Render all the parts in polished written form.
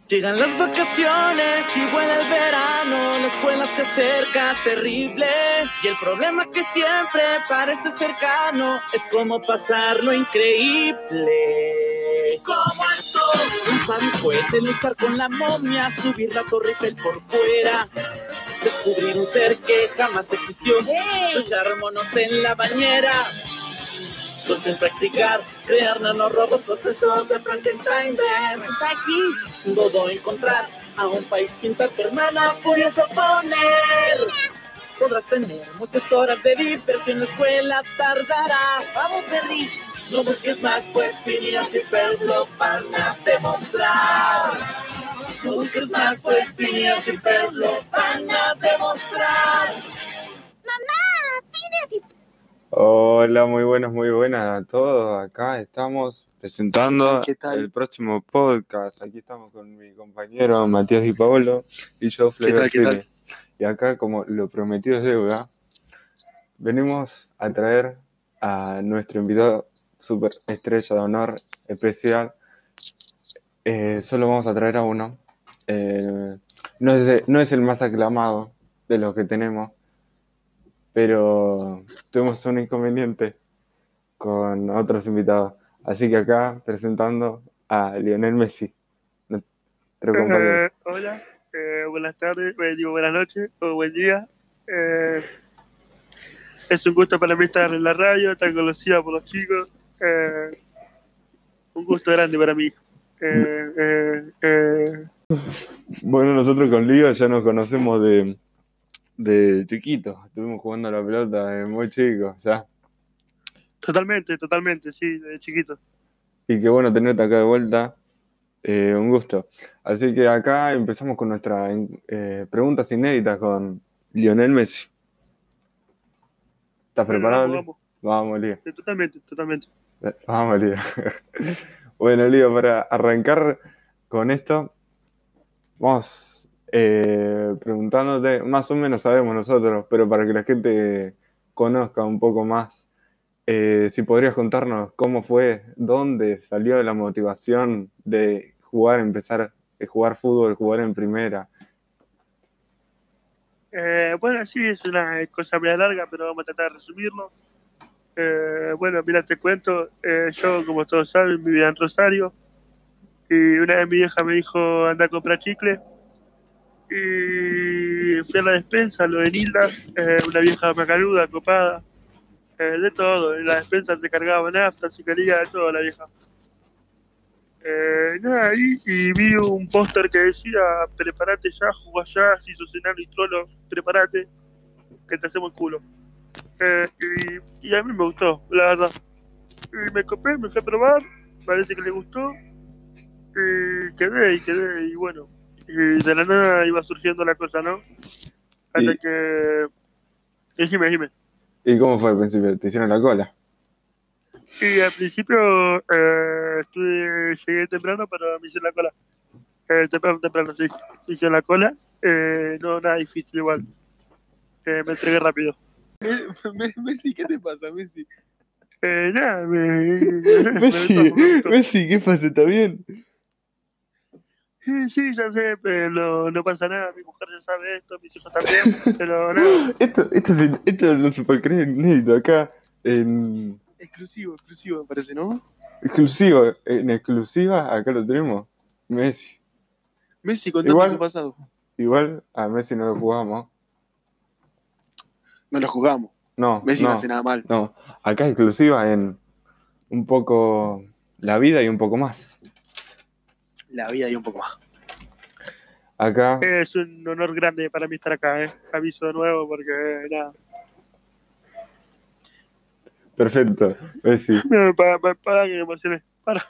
Llegan las vacaciones y vuela el verano, la escuela se acerca terrible y el problema que siempre parece cercano es cómo pasar lo increíble. Como esto, lanzar un cohete, luchar con la momia, subir la Torre Eiffel por fuera, descubrir un ser que jamás existió, luchar monos en la bañera, suerte practicar, crear nanorobots, procesos de Frankenstein, ver aquí, todo encontrar, a un país pintar tu hermana furioso poner. Podrás tener muchas horas de diversión, la escuela tardará. Vamos, Perry. No busques más, pues Phineas y Ferb lo van a demostrar. No busques más, pues Phineas y Ferb lo van a demostrar. Mamá, Phineas y... Hola, muy buenas a todos. Acá estamos presentando ¿Qué tal? el próximo podcast. Aquí estamos con mi compañero Matías Di Paolo y yo, Flavio ¿Qué tal? Arceli. Y acá, como lo prometido es deuda, venimos a traer a nuestro invitado super estrella de honor especial. Solo vamos a traer a uno. No es el más aclamado de los que tenemos, pero tuvimos un inconveniente con otros invitados. Así que acá presentando a Lionel Messi, nuestro compañero. Hola, buenas tardes, buenas noches o buen día. Es un gusto para mí estar en la radio, tan conocida por los chicos. Un gusto grande para mí. Bueno, nosotros con Lío ya nos conocemos de chiquitos. Estuvimos jugando a la pelota de muy chicos ya. Totalmente, sí, de chiquito. Y qué bueno tenerte acá de vuelta. Un gusto. Así que acá empezamos con nuestras preguntas inéditas con Lionel Messi. ¿Estás Bueno, preparado, Lío? vamos. Vamos, Lío. Totalmente. Vamos, Lío. Bueno, Lío, para arrancar con esto, vamos preguntándote, más o menos sabemos nosotros, pero para que la gente conozca un poco más, si podrías contarnos cómo fue, dónde salió la motivación de jugar, empezar a jugar fútbol, jugar en primera. Bueno, sí, es una cosa media larga, pero vamos a tratar de resumirlo. Bueno, mira, te cuento, yo, como todos saben, vivía en Rosario y una vez mi vieja me dijo anda a comprar chicle y fui a la despensa, lo de Nilda, una vieja macanuda, copada, de todo, en la despensa te cargaba nafta, si quería, de todo la vieja. Nada, ahí y vi un póster que decía prepárate ya, jugá ya, si sos enano y trolo, prepárate, que te hacemos el culo. Y a mí me gustó, la verdad. Y me copé, me fui a probar, parece que le gustó, y quedé, y bueno, y de la nada iba surgiendo la cosa, ¿no? Hasta ¿Y, que... Dime. y cómo fue al principio? ¿Te hicieron la cola? Y al principio llegué temprano, pero me hice la cola. Temprano, sí. Me hice la cola, no, nada difícil igual. Me entregué rápido. Messi, ¿qué te pasa, Messi? Nada, Messi, ¿qué pasa? ¿Está bien? Sí, ya sé, pero no pasa nada. Mi mujer ya sabe esto, mis hijos también, pero nada. Esto no se puede creer, inédito, acá en Exclusivo, me parece, ¿no? en exclusiva, acá lo tenemos, Messi. Messi, contando su pasado. Igual a Messi no lo jugamos. No lo jugamos. No, Messi no hace nada mal. no. Acá exclusiva en un poco la vida y un poco más. La vida y un poco más. Acá, Es un honor grande para mí estar acá, Aviso de nuevo porque nada. perfecto, Messi. No, para que me emocioné. Para.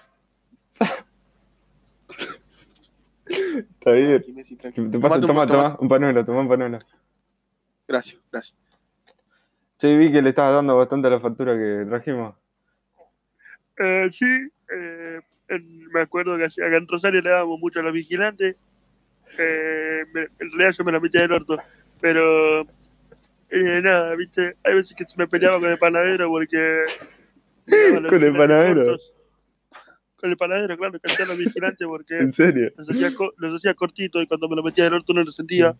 Está bien. Tranqui, Messi, tranqui. Toma un panuelo. Gracias. Che, vi que le estabas dando bastante a la factura que trajimos. Sí, me acuerdo que acá en Rosario le dábamos mucho a los vigilantes. En realidad yo me la metía del orto. Pero nada, viste, hay veces que me peleaba con el panadero porque me daba los Con el vigilantes panadero. cortos. Con el paladero, claro, que hacía los vigilantes porque ¿En serio? los hacía cortito y cuando me lo metía del orto no lo sentía.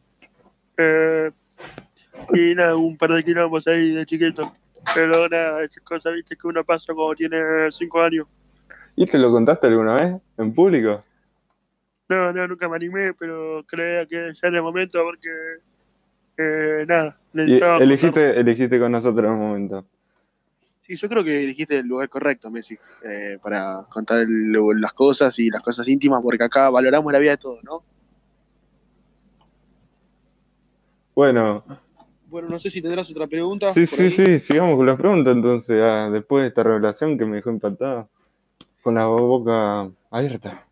Y nada, un par de quilombos ahí de chiquito. Pero nada, esas cosas, viste, que uno pasa cuando tiene 5 años. ¿Y te lo contaste alguna vez? ¿En público? No, nunca me animé, pero creía que ya era el momento porque, nada, Y necesitaba contarlo. elegiste con nosotros en un momento. Sí, yo creo que elegiste el lugar correcto, Messi, para contar las cosas y las cosas íntimas, porque acá valoramos la vida de todos, ¿no? Bueno, Bueno, no sé si tendrás otra pregunta sí, por sí, ahí. sí, sigamos con las preguntas entonces, después de esta revelación que me dejó impactada, con la boca abierta.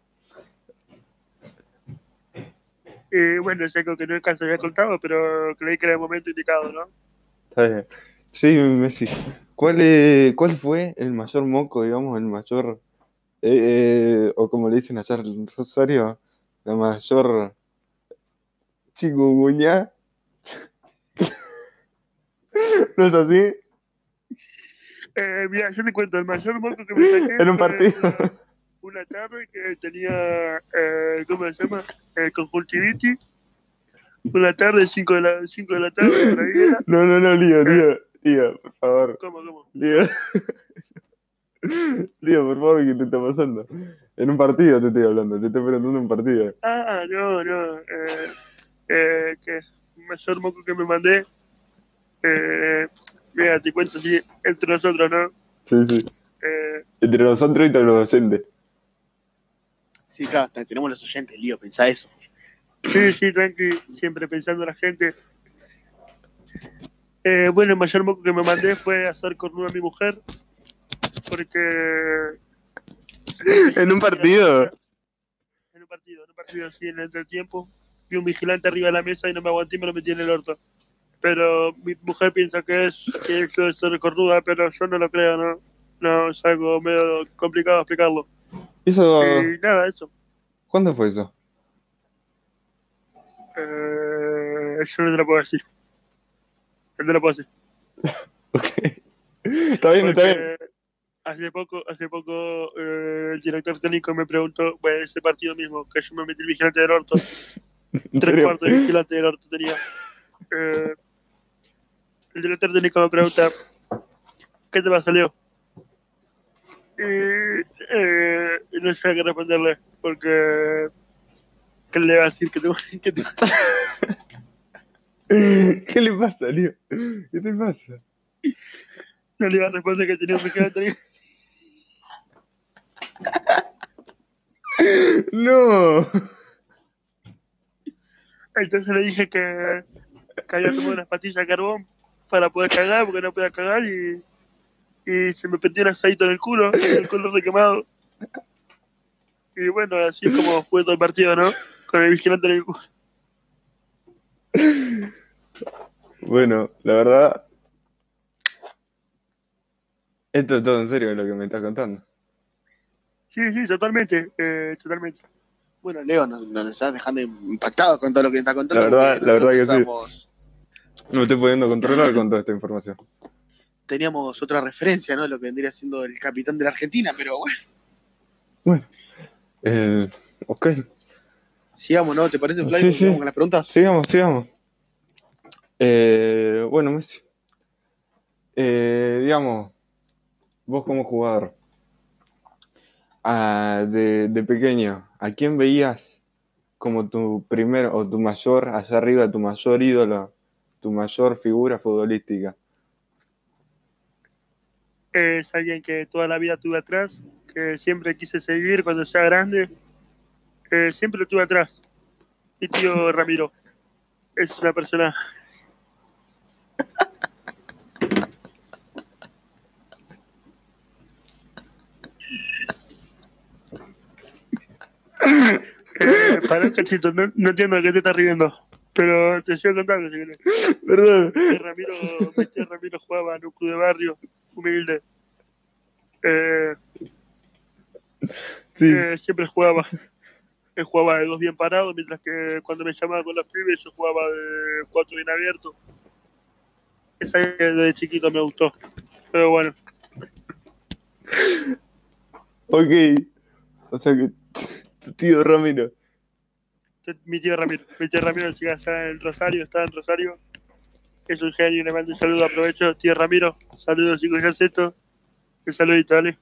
Bueno, es algo que nunca se había contado, pero creí que era el momento indicado, ¿no? Está bien. Sí, Messi, ¿cuál fue el mayor moco, digamos, el mayor, o como le dicen allá en Rosario, la mayor chikungunya? ¿No es así? Mira, yo te cuento, el mayor moco que me saqué En un fue partido. una tarde que tenía, ¿cómo se llama? Conjuntivitis. Una tarde, 5 de la tarde, por ahí era. No, Lío, por favor. ¿Cómo? Lío, Lío, por favor, ¿qué te está pasando? En un partido te estoy hablando, te estoy preguntando en un partido. Ah, no. Que el mayor moco que me mandé. Mira, te cuento así, entre nosotros, ¿no? Sí. Eh, Entre nosotros y entre los oyentes. Sí, claro, tenemos los oyentes, Lío, pensá eso. sí, tranqui, siempre pensando en la gente. Bueno, el mayor moco que me mandé fue hacer cornuda a mi mujer, porque ¿En un partido? en un partido así, en el entretiempo, vi un vigilante arriba de la mesa y no me aguanté y me lo metí en el orto. Pero mi mujer piensa que eso es ser cornuda, pero yo no lo creo, ¿no? No, es algo medio complicado explicarlo. ¿Eso? Y nada, eso. ¿Cuándo fue eso? Yo no te lo puedo decir. No te lo puedo decir. Ok. Está bien. Porque hace poco el director técnico me preguntó, bueno, ese partido mismo, que yo me metí el vigilante del orto. ¿En 3 serio? cuartos de vigilante del orto tenía. Eh, el director técnico me pregunta, ¿qué te pasa, Leo? Y no sé qué responderle, porque ¿qué le va a decir? ¿Qué le pasa, Lío? ¿Qué te pasa? No le iba a responder que tenía un vigilante. No. Entonces le dije que había tomado unas pastillas de carbón para poder cagar, porque no podía cagar, y se me prendió un asadito en el culo re quemado. Y bueno, así es como fue todo el partido, ¿no? Con el vigilante en el culo. Bueno, la verdad, esto es todo en serio lo que me estás contando. Sí, totalmente. Bueno, Leo, nos estás dejando impactados con todo lo que está contando. La Porque verdad que sí. nosotros No me estoy pudiendo controlar con toda esta información. teníamos otra referencia, ¿no? Lo que vendría siendo el capitán de la Argentina, pero bueno, Bueno, ok. sigamos, ¿no? ¿Te parece, Flavio? Sí. Sigamos con las preguntas. Sigamos. Bueno, Messi, digamos, vos como jugador, de pequeño, ¿a quién veías como tu primer o tu mayor, allá arriba, tu mayor ídolo, tu mayor figura futbolística? Es alguien que toda la vida tuve atrás, que siempre quise seguir cuando sea grande. Siempre lo tuve atrás. Mi tío Ramiro es una persona. Para un cachito, no entiendo de qué te estás riendo, pero te sigo contando si querés. Perdón. Mi tío Ramiro jugaba en un club de barrio, humilde. Sí. Siempre jugaba. Él jugaba de 2 bien parados, mientras que cuando me llamaba con los pibes yo jugaba de 4 bien abiertos. Esa desde chiquito me gustó. Pero bueno, Ok, O sea que tu tío Ramiro. Mi tío Ramiro llega allá en Rosario, está en Rosario. Es un genio, le mando un saludo, aprovecho. Tío Ramiro, saludos chicos, ya esto. Un saludito, dale.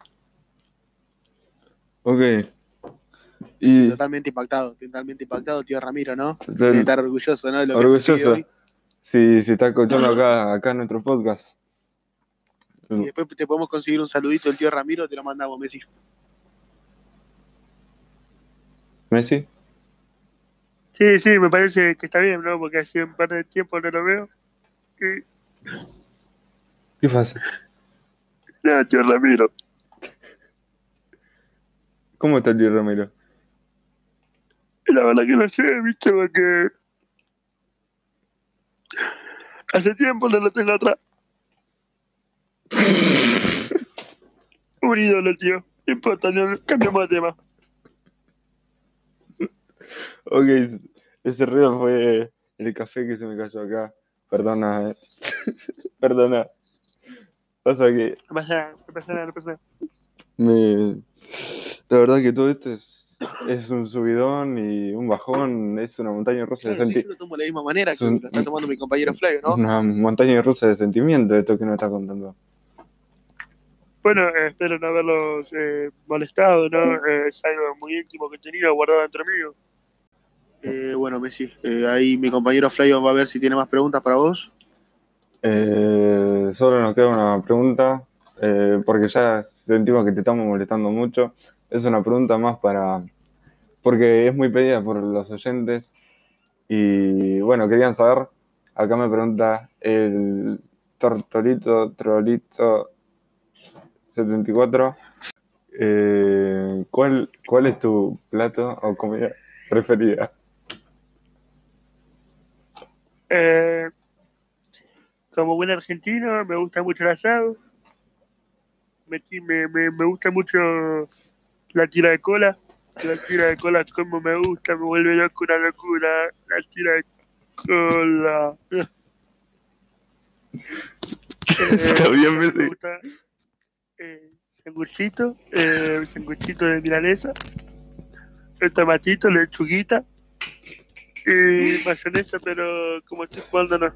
Ok. Sí, Y totalmente impactado, tío Ramiro, ¿no? Total- Debe estar orgulloso, ¿no? De lo que es el pibe orgulloso. hoy. Si está escuchando acá en nuestro podcast. Si después te podemos conseguir un saludito del tío Ramiro, te lo mandamos, Messi. Messi, Sí, sí, me parece que está bien, ¿no? Porque hace un par de tiempo no lo veo. Y ¿qué pasa? nada, tío Ramiro. ¿Cómo está el tío Ramiro? La verdad que no sé, viste, porque hace tiempo no lo tengo atrás. Un ídolo, tío. No importa, no, cambiamos de tema. Ok, ese ruido fue el café que se me cayó acá. Perdona, perdona. Pasa que No pasa nada, no pasa nada, no pasa nada. me... La verdad que todo esto es un subidón y un bajón, es una montaña rusa de Claro, sí, yo sentimientos. lo tomo de la misma manera Es que lo está tomando mi compañero Flavio, ¿no? una montaña rusa de sentimientos esto que nos está contando. Bueno, espero no haberlos molestado, ¿no? Es algo muy íntimo que tenía guardado entre míos. Bueno, Messi, ahí mi compañero Flavio va a ver si tiene más preguntas para vos. Solo nos queda una pregunta, porque ya sentimos que te estamos molestando mucho. Es una pregunta más porque es muy pedida por los oyentes y bueno, querían saber, acá me pregunta el Tortolito Trolito 74, ¿cuál es tu plato o comida preferida? Eh, Como buen argentino, me gusta mucho el asado. Me gusta mucho la tira de cola. La tira de cola, como me gusta, me vuelve loco una locura. La tira de cola. Está bien, También me Messi. gusta sanguchito de milanesa, el tomatito, lechuguita y mayonesa, pero como estoy jugando no.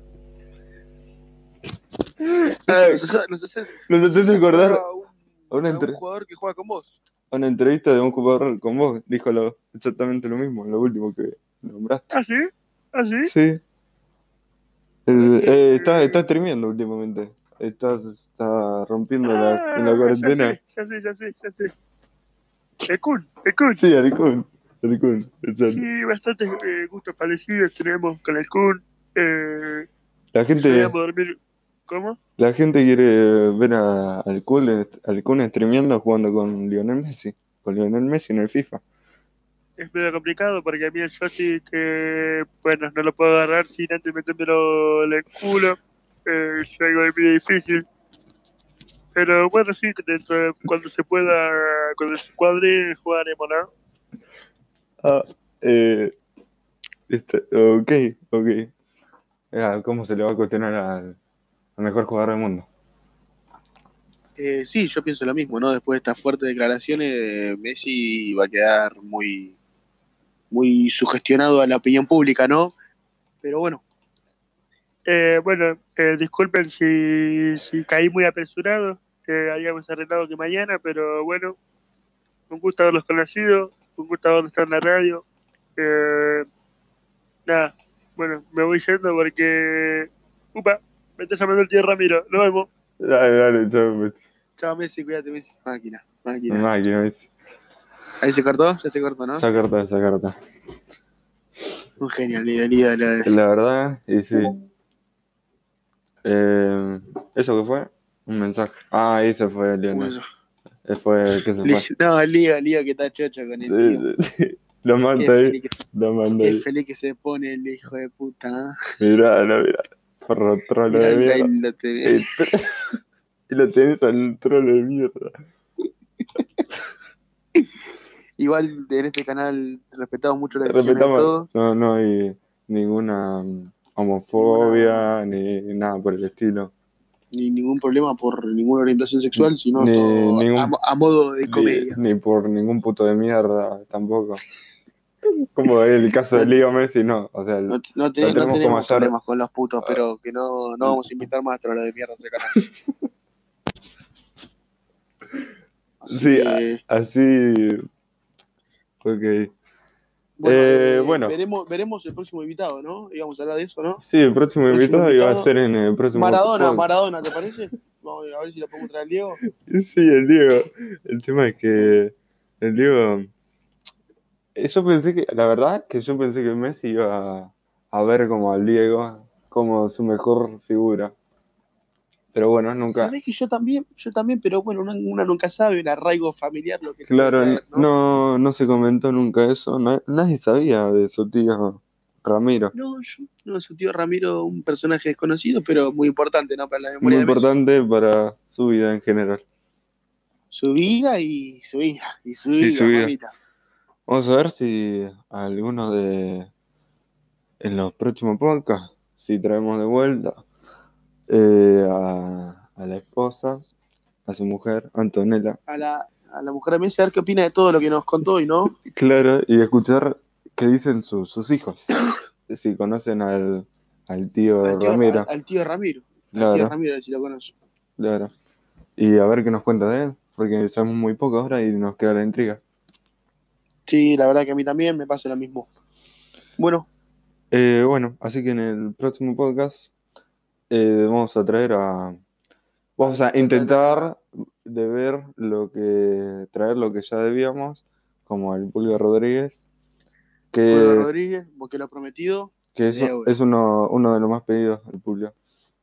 Ah, Nos haces nos haces acordar a un entre- jugador que juega con vos. a una entrevista de un jugador con vos, dijo exactamente lo mismo, lo último que nombraste. ¿Ah, sí? ¿Ah, sí? Sí, está Eh, streameando últimamente. Está rompiendo en la ya cuarentena. sé, ya sé, ya sé, ya sé. El Kun. Sí, Aricún, exacto. Sí, bastantes gustos parecidos tenemos con el Kun. Eh, La gente, Solíamos dormir. ¿Cómo? la gente quiere ver al Kun streameando jugando con Lionel Messi en el FIFA. Es medio complicado porque a mí el joystick, bueno, no lo puedo agarrar sin antes metérmelo en el culo. Es algo de medio difícil. Pero bueno, sí, que cuando se pueda, cuando se cuadre, jugaremos, ¿no? Ah, eh, ok, ok. ¿Cómo se le va a cuestionar al mejor jugador del mundo? Sí, yo pienso lo mismo, ¿no? Después de estas fuertes declaraciones, Messi va a quedar muy sugestionado a la opinión pública, ¿no? Pero bueno, Bueno, disculpen si caí muy apresurado. Habíamos arreglado que mañana, pero bueno, un gusto haberlos conocido, un gusto haberlos estado en la radio. Eh, Nada, bueno, me voy yendo porque. Upa, me está llamando el tío Ramiro. Nos vemos. Dale, dale, chao, Messi. chao Messi, cuídate Messi. Máquina. Máquina, Messi. Ahí se cortó, ya se cortó, ¿no? Esa carta. Un genio, líder. La verdad, y sí. ¿Eso qué fue? Un mensaje. Ah, ese fue Lionel. Bueno, Él fue el que se fue. no, Liga que está chocho con el tío. Lo Qué manda ahí. feliz, Lo manda qué ahí. feliz que se pone el hijo de puta. ¿Eh? Mirá, no, mirá. Porro trolo Mirá, de mierda. ahí lo tenés. Y lo tenés al trolo de mierda. Igual en este canal respetamos mucho las decisiones de Respetamos, todos. no hay ninguna Ninguna. homofobia ni nada por el estilo. ni ningún problema por ninguna orientación sexual, sino Ni todo ningún a modo de comedia. ni por ningún puto de mierda tampoco. Como el caso de No, Leo Messi, no. O sea, lo no tenemos como tenemos ayer. problemas con los putos, pero que no vamos a invitar más trolos de mierda a ese canal. Así Sí, que, así. Ok. bueno, Bueno, veremos el próximo invitado, ¿no? Íbamos a hablar de eso, ¿no? sí, el próximo Próximo invitado iba a invitado, ser en el próximo podcast. Maradona, ¿te parece? Vamos a ver si lo podemos traer al Diego. Sí, el Diego. El tema es Eh, que el Diego. Yo pensé que, la verdad, que yo pensé que Messi iba a ver como al Diego como su mejor figura. Pero bueno, nunca. Sabés que yo también, pero bueno, uno nunca sabe el arraigo familiar lo que te puede Claro, traer, ¿no? no se comentó nunca eso. Nadie sabía de su tío Ramiro. No, su tío Ramiro, un personaje desconocido, pero muy importante, ¿no? Para la Muy memoria de Messi. importante para su vida en general. Su vida y su vida, y su Y su vida, vida. mamita. Vamos a ver si alguno de en los próximos podcasts, si traemos de vuelta a la esposa, a su mujer, Antonella. A la mujer de Messi, a ver qué opina de todo lo que nos contó y no. Claro, y escuchar qué dicen sus hijos. Si conocen al tío Ramiro. Al tío Ramiro. Al tío Claro, Ramiro, si lo conoce. claro. Y a ver qué nos cuenta de él, porque sabemos muy poco ahora y nos queda la intriga. Sí, la verdad que a mí también me pasa lo mismo. Bueno, Bueno, así que en el próximo podcast vamos a traer a... Vamos a intentar de ver traer lo que ya debíamos, como el Pulga Rodríguez, Pulga que, Rodríguez, porque lo prometido que es eso deuda. es uno de los más pedidos, el Pulga.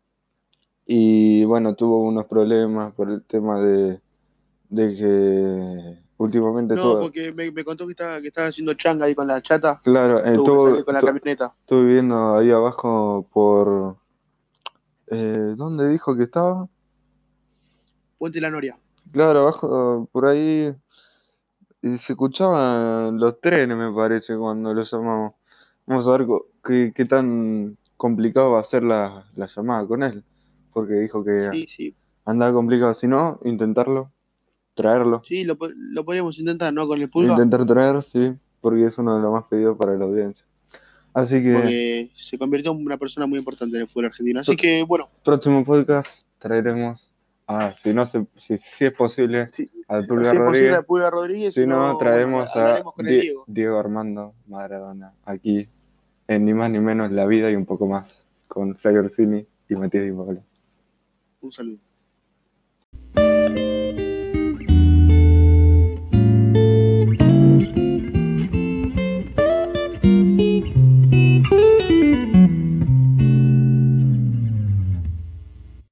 Y bueno, tuvo unos problemas por el tema de que últimamente No, estuvo, porque me contó que estaba haciendo changa ahí con la chata. claro, Tuvo que salir con la camioneta. estuve viviendo ahí abajo por, ¿dónde dijo que estaba? Puente La Noria. Claro, abajo, por ahí, y se escuchaban los trenes, me parece, cuando los llamamos. Vamos a ver qué tan complicado va a ser la llamada con él, porque dijo que Sí, sí. andaba complicado. Si no, intentarlo, traerlo. Sí, lo podríamos intentar, ¿no? Con el Pulga. Intentar traer, sí, porque es uno de los más pedidos para la audiencia. Así que, Porque se convirtió en una persona muy importante en el fútbol argentino. Así que, bueno, próximo podcast traeremos si es posible, si, al Pulgar si es posible, Rodríguez. a Pulga Rodríguez, Si si no, no, bueno, traemos a hablaremos con el Diego. Diego Armando Maradona, aquí en ni más ni menos La Vida y un poco más, con Fray Orsini y Matías Di Paolo. Un saludo.